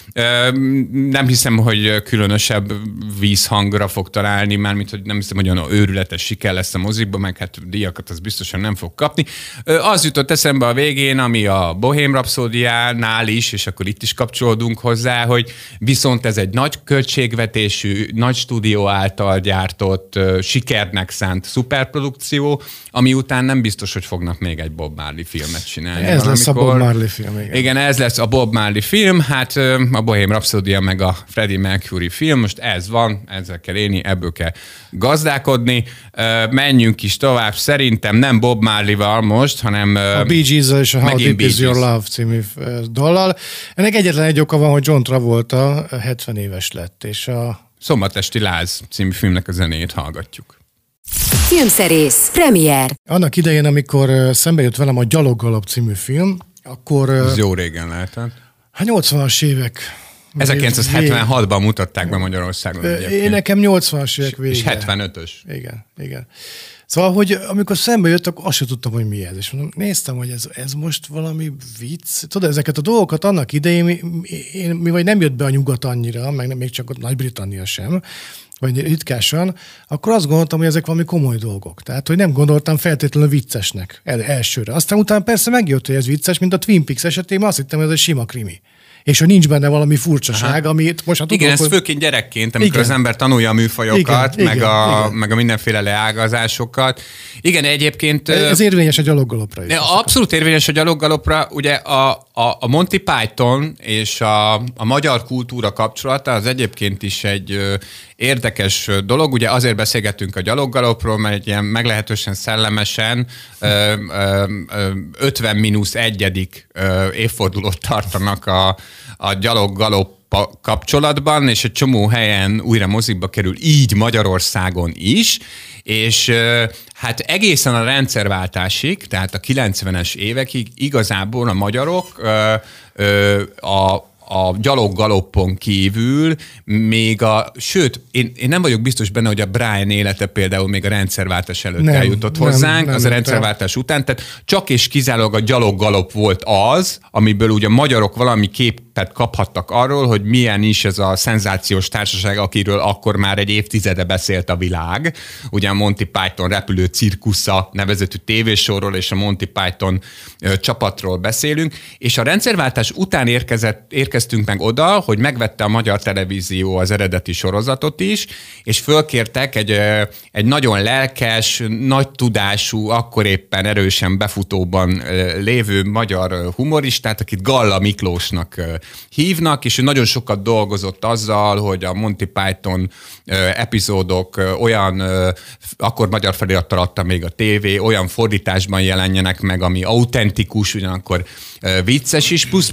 Nem hiszem, hogy különösebb vízhangra fog találni, mármint, hogy nem hiszem, hogy olyan őrületes siker lesz a mozikban, meg hát díjakat az biztosan nem fog kapni. Az jutott eszembe a végén, ami a Bohém Rapszódiánál is, és akkor itt is kapcsolódunk hozzá, hogy viszont ez egy nagy költségvetésű, nagy stúdió által gyártott, sikernek szánt szuperprodukció, ami után nem biztos, hogy fognak még egy Bob Marley filmet csinálni. Ez lesz a Bob Marley film, igen. Igen, ez lesz a Bob Marley film, hát a Bohém Rhapsody meg a Freddie Mercury film, most ez van, ezzel kell élni, ebből kell gazdálkodni. Menjünk is tovább, szerintem nem Bob Marley-val most, hanem a Bee Gees-el és a How Deep Is Your Love című dallal. Ennek egyetlen egy oka van, hogy John Travolta 70 éves lett, és a Szombatesti Láz című filmnek a zenéjét hallgatjuk. Filmszerész, premier. Annak idején, amikor szembe jött velem a Gyaloggalop című film, akkor... Ez jó régen lehetett. Hát 80-as évek. 1976-ban mutatták be Magyarországon. Én nekem 80-as évek vége. És 75-ös. Igen. Szóval, hogy amikor szembe jött, akkor azt sem tudtam, hogy mi ez. És mondom, néztem, hogy ez most valami vicc. Tudod, ezeket a dolgokat annak idején, mi vagy nem jött be a nyugat annyira, meg még csak a Nagy-Britannia sem, vagy ritkásan, akkor azt gondoltam, hogy ezek valami komoly dolgok. Tehát, hogy nem gondoltam feltétlenül viccesnek elsőre. Aztán utána persze megjött, hogy ez vicces, mint a Twin Peaks esetében, azt hittem, hogy ez egy sima krimi. És hogy nincs benne valami furcsaság, amit most tudok, igen, ez főként gyerekként, amikor az ember tanulja a műfajokat, meg a mindenféle leágazásokat. Igen, egyébként... Ez érvényes a Gyaloggalopra is. Abszolút érvényes a Gyaloggalopra. Ugye a Monty Python és a magyar kultúra kapcsolata az egyébként is egy érdekes dolog. Ugye azért beszélgettünk a Gyaloggalopról, mert egy ilyen meglehetősen szellemesen 50-1. Évfordulót tartanak a Gyaloggalop kapcsolatban, és egy csomó helyen újra mozikba kerül, így Magyarországon is, és hát egészen a rendszerváltásig, tehát a 90-es évekig igazából a magyarok a Gyaloggalopon kívül még sőt, én nem vagyok biztos benne, hogy a Brian élete például még a rendszerváltás előtt eljutott hozzánk, az a rendszerváltás után, tehát csak és kizárólag a Gyaloggalop volt az, amiből ugye a magyarok valami képet kaphattak arról, hogy milyen is ez a szenzációs társaság, akiről akkor már egy évtizede beszélt a világ. Ugye a Monty Python repülő cirkusza nevezetű tévésorról és a Monty Python csapatról beszélünk, és a rendszerváltás után érkeztünk meg oda, hogy megvette a Magyar Televízió az eredeti sorozatot is, és fölkértek egy nagyon lelkes, nagy tudású, akkor éppen erősen befutóban lévő magyar humoristát, akit Galla Miklósnak hívnak, és ő nagyon sokat dolgozott azzal, hogy a Monty Python epizódok olyan, akkor magyar felirattal adta még a tévé, olyan fordításban jelenjenek meg, ami autentikus, ugyanakkor vicces is, plusz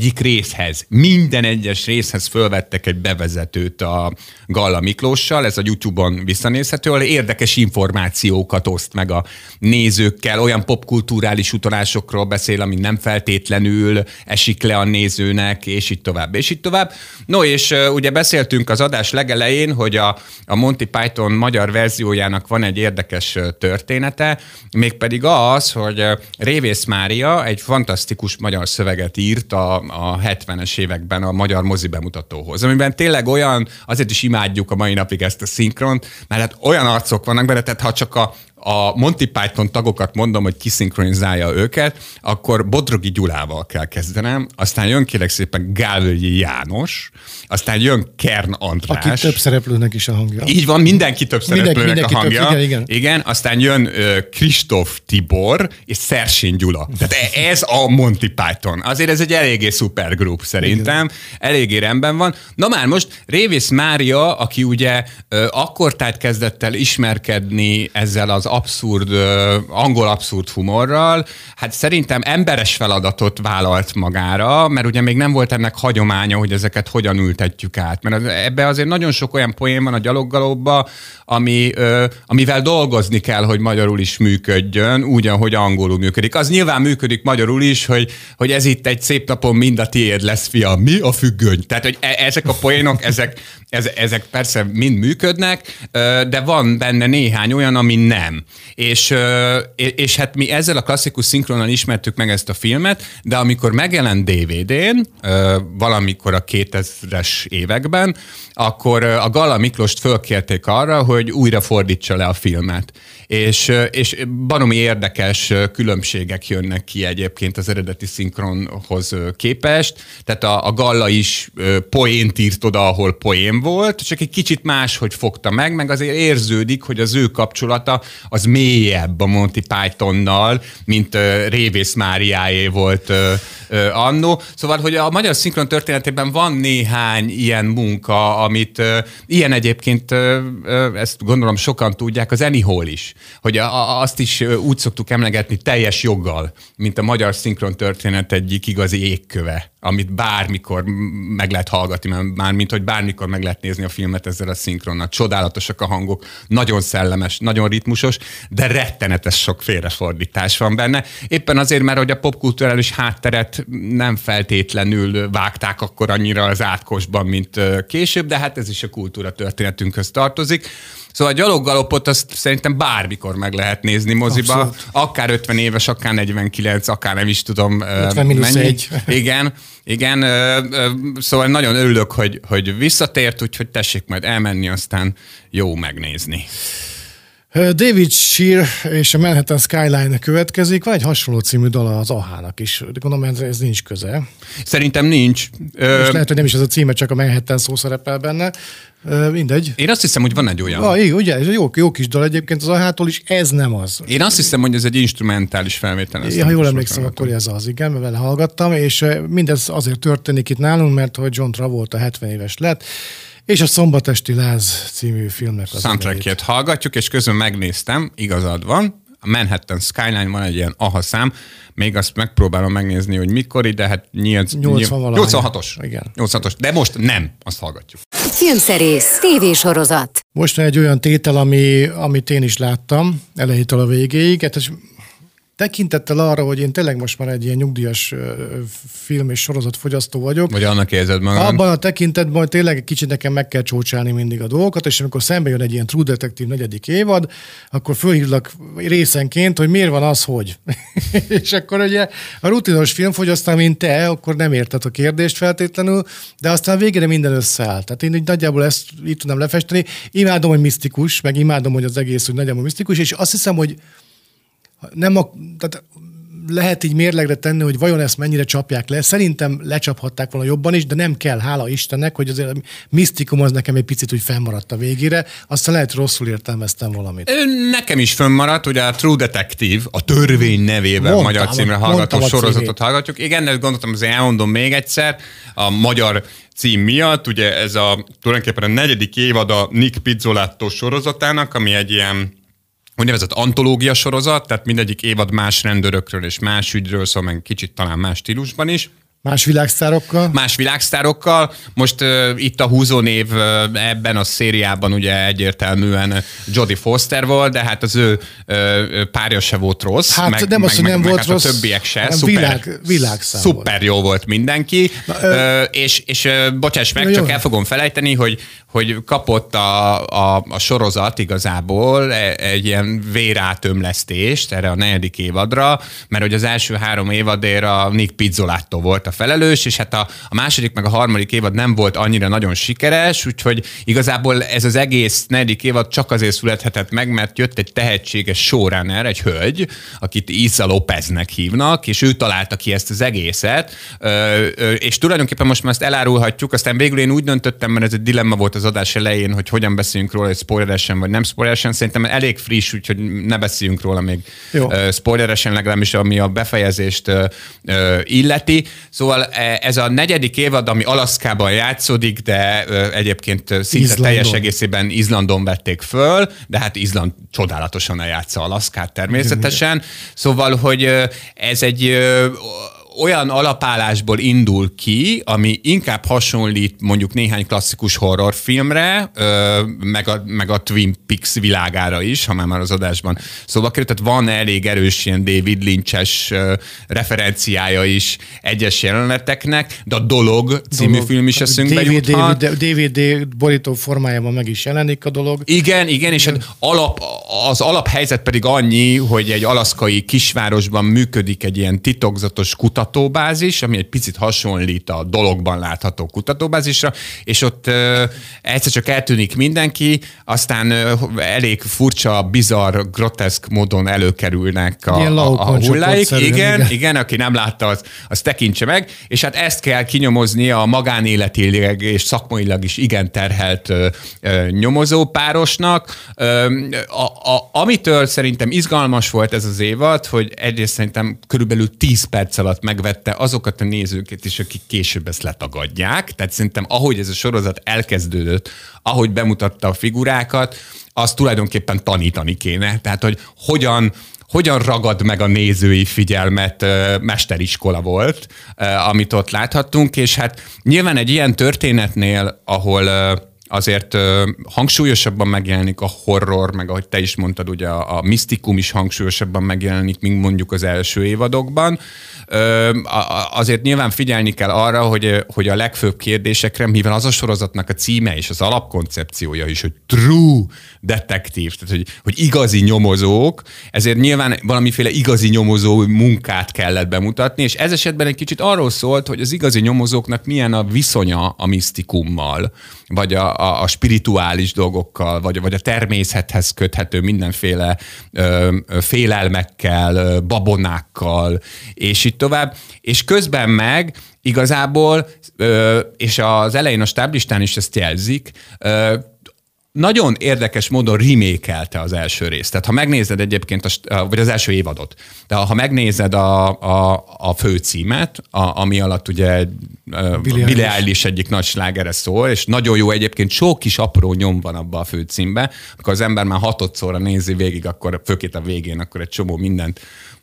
minden egyes részhez fölvettek egy bevezetőt a Galla Miklóssal, ez a YouTube-on visszanézhető, ahol érdekes információkat oszt meg a nézőkkel, olyan popkulturális utalásokról beszél, ami nem feltétlenül esik le a nézőnek, és így tovább, és így tovább. No, és ugye beszéltünk az adás legelején, hogy a Monty Python magyar verziójának van egy érdekes története, mégpedig az, hogy Révész Mária egy fantasztikus magyar szöveget írt a 70-es években a magyar mozi bemutatóhoz, amiben tényleg olyan, azért is imádjuk a mai napig ezt a szinkront, mert hát olyan arcok vannak benne, tehát ha csak a Monty Python tagokat mondom, hogy kiszinkronizálja őket, akkor Bodrogi Gyulával kell kezdenem, aztán jön kérlek szépen Gálvölgyi János, aztán jön Kern András. Aki több szereplőnek is a hangja. Így van, mindenki több szereplőnek a hangja. Igen, aztán jön Kristóf Tibor és Szersény Gyula. Tehát ez a Monty Python. Azért ez egy eléggé szuper group szerintem. Igen. Eléggé rendben van. Na már most Révész Mária, aki ugye akkor tehát kezdett el ismerkedni ezzel az angol abszurd humorral, hát szerintem emberes feladatot vállalt magára, mert ugye még nem volt ennek hagyománya, hogy ezeket hogyan ültetjük át. Mert ebbe azért nagyon sok olyan poén van a Gyaloggalopba, amivel dolgozni kell, hogy magyarul is működjön, úgy, ahogy angolul működik. Az nyilván működik magyarul is, hogy ez itt egy szép napon mind a tiéd lesz, fiam. Mi a függöny? Tehát, hogy ezek a poénok, ezek persze mind működnek, de van benne néhány olyan, ami nem. És hát mi ezzel a klasszikus szinkronnal ismertük meg ezt a filmet, de amikor megjelent DVD-n, valamikor a 2000-es években, akkor a Galla Miklóst fölkérték arra, hogy újra fordítsa le a filmet. És baromi érdekes különbségek jönnek ki egyébként az eredeti szinkronhoz képest. Tehát a Galla is poént írt oda, ahol poén film volt, csak egy kicsit máshogy fogta meg azért érződik, hogy az ő kapcsolata az mélyebb a Monty Pythonnal, mint Révész Máriáé volt annó. Szóval, hogy a magyar szinkron történetében van néhány ilyen munka, amit ilyen egyébként, ezt gondolom sokan tudják, az Annie Hall is. Hogy azt is úgy szoktuk emlegetni teljes joggal, mint a magyar szinkron történet egyik igazi égköve, amit bármikor meg lehet hallgatni, mármint, hogy bármikor meg lehet nézni a filmet ezzel a szinkronnal. Csodálatosak a hangok, nagyon szellemes, nagyon ritmusos, de rettenetes sok félrefordítás van benne. Éppen azért, mert hogy a popkulturális hátteret nem feltétlenül vágták akkor annyira az átkosban, mint később, de hát ez is a kultúra történetünkhöz tartozik. Szóval a Gyaloggalopot azt szerintem bármikor meg lehet nézni moziba. Abszolút. Akár 50 éves, akár 49, akár nem is tudom 50 mennyi. Igen. Szóval nagyon örülök, hogy visszatért, úgyhogy tessék majd elmenni, aztán jó megnézni. David Shear és a Manhattan Skyline következik. Van egy hasonló című dala az Ahának is. Gondolom, ez nincs köze. Szerintem nincs. És lehet, hogy nem is az a címe, csak a Manhattan szó szerepel benne. Mindegy. Én azt hiszem, hogy van egy olyan. Igen, ugye? Ez jó kis dal egyébként az Ahától is, ez nem az. Én azt hiszem, hogy ez egy instrumentális felvétel. Ha jól emlékszem, akkor ez az, igen, mert vele hallgattam, és mindez azért történik itt nálunk, mert hogy John Travolta 70 éves lett, és a Szombatesti Láz című filmnek az soundtrackjét hallgatjuk, és közben megnéztem, igazad van, a Manhattan Skyline van egy ilyen aha szám, még azt megpróbálom megnézni, hogy mikor, de hát 86-os. Igen. 86-os, de most nem, azt hallgatjuk. Filmszerész, tévésorozat. Most egy olyan tétel, amit én is láttam elejétől a végéig. Hát tekintettel arra, hogy én tényleg most már egy ilyen nyugdíjas film és sorozatfogyasztó vagyok. Vagy annak érzed magad? Abban a tekintetben, hogy tényleg kicsit nekem meg kell csócsálni mindig a dolgokat, és amikor szembe jön egy ilyen True Detective 4. évad, akkor fölhívlak részenként, hogy miért van az, hogy. És akkor ugye a rutinos filmfogyasztó, mint te, akkor nem érted a kérdést feltétlenül, de aztán végére minden összeáll. Tehát én így nagyjából ezt így tudnám lefesteni. Imádom, hogy misztikus, meg imádom, hogy az egész, hogy nagyjából misztikus, és azt hiszem, hogy tehát lehet így mérlegre tenni, hogy vajon ezt mennyire csapják le. Szerintem lecsaphatták volna jobban is, de nem kell, hála Istennek, hogy azért a misztikum az nekem egy picit úgy fennmaradt a végére. Aztán lehet, rosszul értelmeztem valamit. Nekem is fennmaradt, ugye a True Detective, a törvény nevével magyar címre hallgató sorozatot hallgatjuk. Igen, de gondoltam, azért elmondom még egyszer, a magyar cím miatt, ugye ez tulajdonképpen a 4. évad a Nick Pizzolatto sorozatának, ami egy ilyen úgynevezett antológia sorozat, tehát mindegyik évad más rendőrökről és más ügyről, szóval meg kicsit talán más stílusban is. Más világsztárokkal? Más világsztárokkal. Most itt a húzónév ebben a szériában ugye egyértelműen Jodie Foster volt, de hát az ő párja se volt rossz. Hát nem az, hogy nem volt hát rossz. A többiek se. Világszám szuper jó volt mindenki. És bocsáss meg, csak el fogom felejteni, hogy kapott a sorozat igazából egy ilyen vérátömlesztést erre a 4. évadra, mert hogy az első 3 évadért a Nick Pizzolatto volt a felelős, és hát a második meg a 3. évad nem volt annyira nagyon sikeres, úgyhogy igazából ez az egész 4. évad csak azért születhetett meg, mert jött egy tehetséges showrunner, egy hölgy, akit Isa Lopeznek hívnak, és ő találta ki ezt az egészet, és tulajdonképpen most már ezt elárulhatjuk, aztán végül én úgy döntöttem, mert ez egy dilemma volt az adás elején, hogy hogyan beszéljünk róla, hogy spoileresen vagy nem spoileresen, szerintem elég friss, úgyhogy ne beszéljünk róla még spoileresen, legalábbis ami a befejezést illeti. Szóval ez a 4. évad, ami Alaszkában játszódik, de egyébként szinte teljes egészében Izlandon vették föl, de hát Izland csodálatosan eljátsza Alaszkát természetesen. Szóval, hogy ez egy olyan alapállásból indul ki, ami inkább hasonlít mondjuk néhány klasszikus horrorfilmre, meg a Twin Peaks világára is, ha már az adásban szóba került. Tehát van elég erős ilyen David Lynch-es referenciája is egyes jeleneteknek, de a Dolog című film is eszünkbe juthat. DVD borító formájában meg is jelenik a Dolog. Igen, és hát az alaphelyzet pedig annyi, hogy egy alaszkai kisvárosban működik egy ilyen titokzatos kutató, kutatóbázis, ami egy picit hasonlít a dologban látható kutatóbázisra, és ott egyszer csak eltűnik mindenki, aztán elég furcsa, bizarr, groteszk módon előkerülnek a hulláik. Igen, aki nem látta, az tekintse meg, és hát ezt kell kinyomoznia a magánéletileg és szakmailag is igen terhelt nyomozópárosnak. Amitől szerintem izgalmas volt ez az évad, hogy egyrészt szerintem körülbelül 10 perc alatt megvette azokat a nézőket is, akik később ezt letagadják. Tehát szerintem ahogy ez a sorozat elkezdődött, ahogy bemutatta a figurákat, azt tulajdonképpen tanítani kéne. Tehát, hogy hogyan ragad meg a nézői figyelmet, mesteriskola volt, amit ott láthattunk, és hát nyilván egy ilyen történetnél, ahol azért hangsúlyosabban megjelenik a horror, meg ahogy te is mondtad, ugye a misztikum is hangsúlyosabban megjelenik, mint mondjuk az első évadokban. Azért nyilván figyelni kell arra, hogy a legfőbb kérdésekre, mivel az a sorozatnak a címe és az alapkoncepciója is, hogy true detective, tehát hogy igazi nyomozók, ezért nyilván valamiféle igazi nyomozó munkát kellett bemutatni, és ez esetben egy kicsit arról szólt, hogy az igazi nyomozóknak milyen a viszonya a misztikummal, vagy a spirituális dolgokkal, vagy a természethez köthető mindenféle félelmekkel, babonákkal, és így tovább. És közben meg igazából, és az elején a stáblistán is ezt jelzik, nagyon érdekes módon remékelte az első részt. Tehát ha megnézed egyébként, vagy az első évadot, de ha megnézed a főcímet, ami alatt ugye Billie Eilish egyik nagy slágere szól, és nagyon jó egyébként, sok kis apró nyom van abban a főcímben, akkor az ember már hatodszorra nézi végig, akkor főként a végén, akkor egy csomó mindent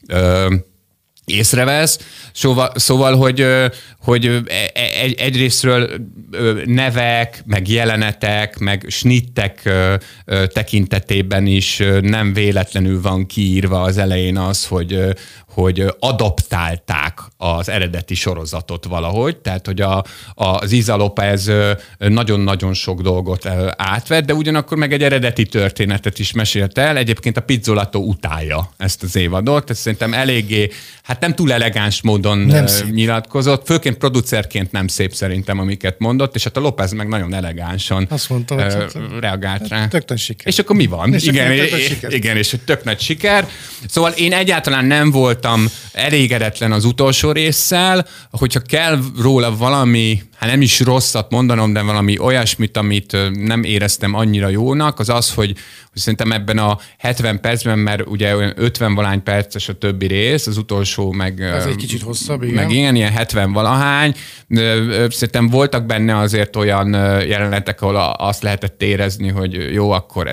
észrevesz. Szóval, hogy egyrésztről nevek, meg jelenetek, meg snittek tekintetében is nem véletlenül van kiírva az elején az, hogy adaptálták az eredeti sorozatot valahogy, tehát hogy az Issa López nagyon-nagyon sok dolgot átvett, de ugyanakkor meg egy eredeti történetet is mesélt el. Egyébként a Pizzolatto utálja ezt az évadot, tehát szerintem eléggé, hát nem túl elegáns módon nyilatkozott, főként producerként nem szép szerintem, amiket mondott, és hát a López meg nagyon elegánsan azt mondta, reagált rá. Tök nagy siker. És akkor mi van? Igen, és tök nagy siker. Szóval én egyáltalán nem voltam elégedetlen az utolsó résszel, hogyha kell róla valami, hát nem is rosszat mondanom, de valami olyasmit, amit nem éreztem annyira jónak, az, hogy szerintem ebben a 70 percben, mert ugye olyan 50-valány perces a többi rész, az utolsó meg... Ez egy kicsit hosszabb, igen. Meg ilyen 70-valahány. Szerintem voltak benne azért olyan jelenetek, ahol azt lehetett érezni, hogy jó, akkor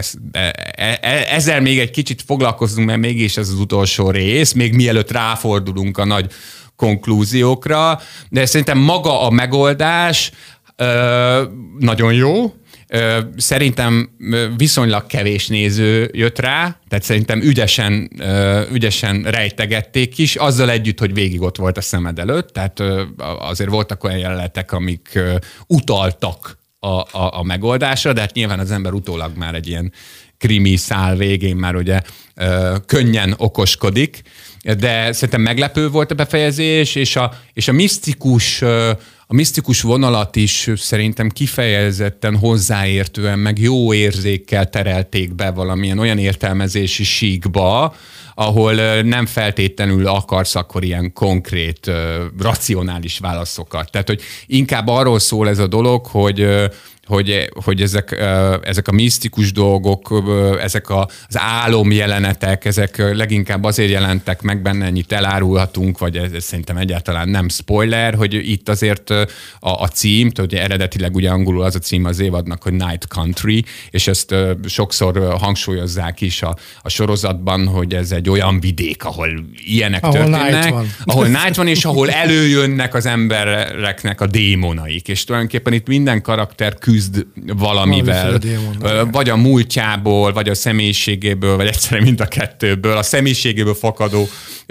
ezzel még egy kicsit foglalkozunk, mert mégis ez az utolsó rész, még mielőtt ráfordulunk a nagy konklúziókra, de szerintem maga a megoldás nagyon jó. Szerintem viszonylag kevés néző jött rá, tehát szerintem ügyesen rejtegették is, azzal együtt, hogy végig ott volt a szemed előtt, tehát azért voltak olyan jelenetek, amik utaltak a megoldásra, de hát nyilván az ember utólag már egy ilyen krimi szál végén már ugye könnyen okoskodik, de szerintem meglepő volt a befejezés, és a misztikus vonalat is szerintem kifejezetten hozzáértően, meg jó érzékkel terelték be valamilyen olyan értelmezési síkba, ahol nem feltétlenül akarsz akkor ilyen konkrét, racionális válaszokat. Tehát, hogy inkább arról szól ez a dolog, hogy ezek a misztikus dolgok, ezek az álomjelenetek, ezek leginkább azért jelentek meg benne, ennyit elárulhatunk, vagy ez szerintem egyáltalán nem spoiler, hogy itt azért a cím, hogy eredetileg ugye angolul az a cím az évadnak, hogy Night Country, és ezt sokszor hangsúlyozzák is a sorozatban, hogy ez egy olyan vidék, ahol ilyenek történnek. Ahol night van, és ahol előjönnek az embereknek a démonaik. És tulajdonképpen itt minden karakter küzd küzd valamivel, vagy a múltjából, vagy a személyiségéből, vagy egyszerűen mind a kettőből, a személyiségéből fakadó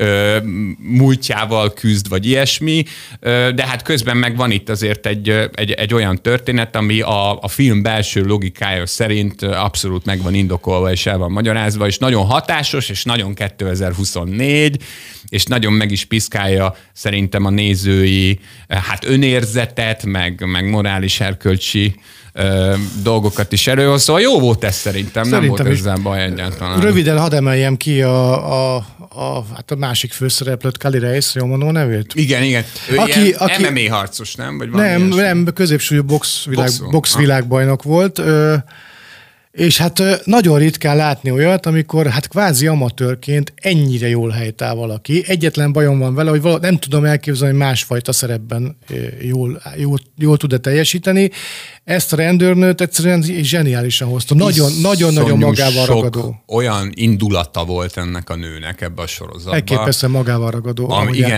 múltjával küzd, vagy ilyesmi, de hát közben meg van itt azért egy olyan történet, ami a film belső logikája szerint abszolút meg van indokolva, és el van magyarázva, és nagyon hatásos, és nagyon 2024, és nagyon meg is piszkálja szerintem a nézői önérzetet, meg morális erkölcsi dolgokat is előhoz. Szóval jó volt ez szerintem nem volt ezzel baj egyáltalán. Röviden hadd emeljem ki a másik főszereplőt, Kali Reis, jól mondom a nevét? Igen. Ő aki MMA harcos, nem? Vagy nem, középsúlyú boxvilágbajnok volt. És hát nagyon ritkán látni olyat, amikor hát kvázi amatőrként ennyire jól helytáll valaki. Egyetlen bajom van vele, hogy nem tudom elképzelni, hogy másfajta szerepben jól tud-e teljesíteni. Ezt a rendőrnőt egyszerűen zseniálisan hozta. Nagyon-nagyon magával ragadó. Olyan indulata volt ennek a nőnek ebbe a sorozatban. Elképesztően magával ragadó.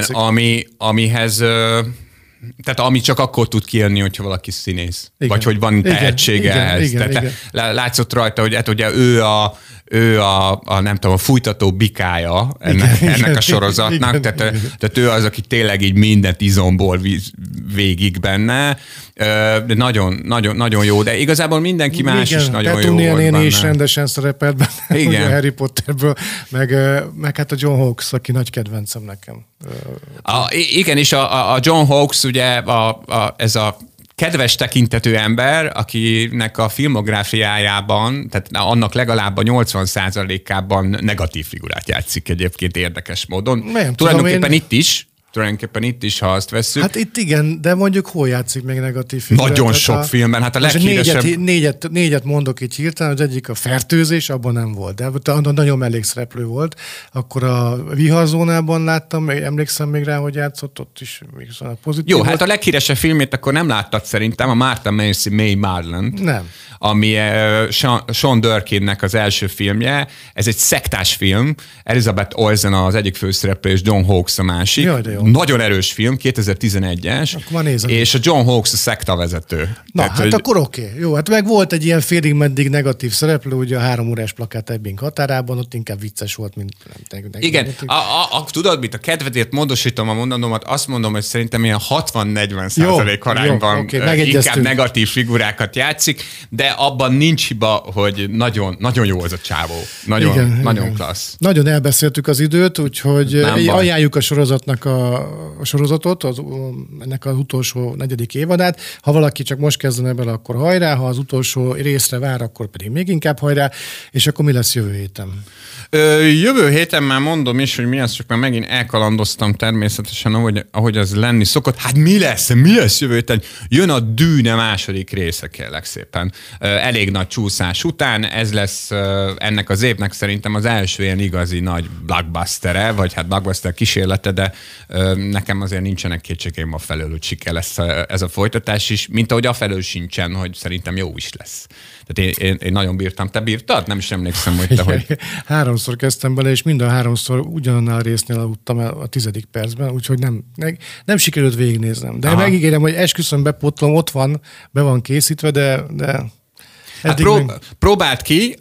Amihez... Tehát ami csak akkor tud kijönni, hogyha valaki színész. Igen. Vagy hogy van tehetsége ehhez. Igen. Látszott rajta, hogy hát ugye ő a nem tudom, a fújtató bikája ennek a sorozatnak. Tehát ő az, aki tényleg így mindent izomból végig benne. De nagyon jó, de igazából mindenki más is nagyon jó volt benne. Is rendesen szerepelt benne, igen. A Harry Potterből, meg hát a John Hawkes, aki nagy kedvencem nekem. Igen, és a John Hawkes ugye ez a kedves tekintetű ember, akinek a filmográfiájában, tehát annak legalább a 80%-ában negatív figurát játszik egyébként érdekes módon. Tulajdonképpen itt is, ha azt vesszük. Hát itt igen, de mondjuk hol játszik még negatív figurát? Nagyon sok filmben. Hát a leghíresebb... Négyet mondok itt hirtelen, az egyik a Fertőzés, abban nem volt, de nagyon mellékszereplő volt. Akkor a Viharzónában láttam, emlékszem még rá, hogy játszott, ott is még pozitív Jó, volt. hát a leghíresebb filmét akkor nem láttad szerintem, a Martha Macy May Marland. Nem. Ami Sean Durkinnek az első filmje. Ez egy szektás film. Elizabeth Olsen az egyik főszereplő, és John Hawkes a másik. Jaj, nagyon erős film, 2011-es. És a John Hawkes a szektavezető. Na, tehát akkor oké. Jó, hát meg volt egy ilyen félig-meddig negatív szereplő, ugye a 3 órás plakát Ebbing határában, ott inkább vicces volt, mint... Igen, tudod mit, a kedvedért módosítom a mondanomat, azt mondom, hogy szerintem ilyen 60-40% arányban inkább negatív figurákat játszik, de abban nincs hiba, hogy nagyon jó az a csávó. Nagyon klassz. Nagyon elbeszéltük az időt, úgyhogy ajánljuk a sorozatnak a sorozatot, ennek az utolsó 4. évadát. Ha valaki csak most kezdene bele, akkor hajrá, ha az utolsó részre vár, akkor pedig még inkább hajrá, és akkor mi lesz jövő héten? Jövő héten már mondom is, hogy mi lesz, csak már megint elkalandoztam természetesen, ahogy az lenni szokott. Hát mi lesz jövő héten? Jön a Dűne második része, kérlek szépen. Elég nagy csúszás után, ez lesz ennek az évnek szerintem az első ilyen igazi nagy blockbustere, vagy hát blockbuster kísérlete, de nekem azért nincsenek kétségeim afelől, hogy siker lesz ez a folytatás is, mint ahogy afelől sincsen, hogy szerintem jó is lesz. Tehát én nagyon bírtam. Te bírtad? Nem is emlékszem, hogy te hogy... 3-szor kezdtem bele, és mind a 3-szor ugyanannál a résznél aludtam el a 10. percben, úgyhogy nem sikerült végignéznem. De megígérem, hogy esküszöm, bepótlom, ott van, be van készítve, de Hát próbáld ki,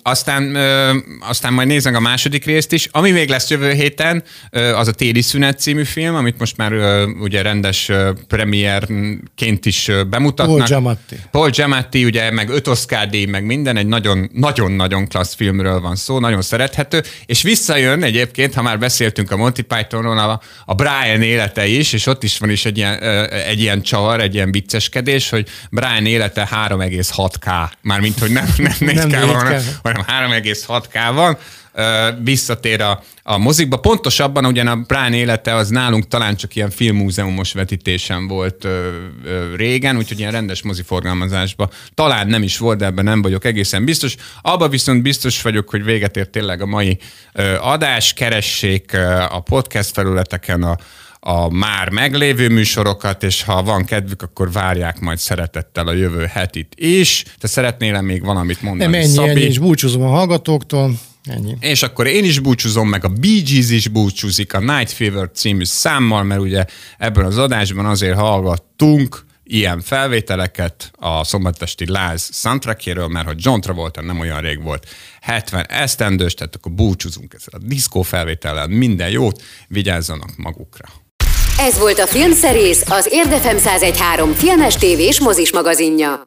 aztán majd nézzük a második részt is. Ami még lesz jövő héten, az a Téli szünet című film, amit most már ugye rendes premierként is bemutatnak. Paul Giamatti, ugye, meg 5 Oscar-díj, meg minden, egy nagyon-nagyon klassz filmről van szó, nagyon szerethető, és visszajön egyébként, ha már beszéltünk a Monty Pythonról, a Brian élete is, és ott is van is egy ilyen csavar, egy ilyen vicceskedés, hogy Brian élete 3,6K, mármint, hogy nem 4K van, hanem 3,6K van. Visszatér a mozikba. Pontosabban ugyan a Brian élete az nálunk talán csak ilyen filmmúzeumos vetítésen volt régen, úgyhogy ilyen rendes moziforgalmazásban talán nem is volt, de ebben nem vagyok egészen biztos. Abba viszont biztos vagyok, hogy véget ért tényleg a mai adás. Keressék a podcast felületeken a már meglévő műsorokat, és ha van kedvük, akkor várják majd szeretettel a jövő hetit is. Te szeretnél még valamit mondani, nem, ennyi, és búcsúzom a hallgatóktól. Ennyi. És akkor én is búcsúzom, meg a Bee Gees is búcsúzik a Night Fever című számmal, mert ugye ebben az adásban azért hallgattunk ilyen felvételeket a szombatesti Láz soundtrackjéről, mert hogy John Travolta nem olyan rég volt 70 esztendős, tehát akkor búcsúzunk ezzel a diszkó felvétellel, minden jót, vigyázzanak magukra. Ez volt a Filmszerész, az Érdefem 101.3 filmes, tévés, mozis magazinja.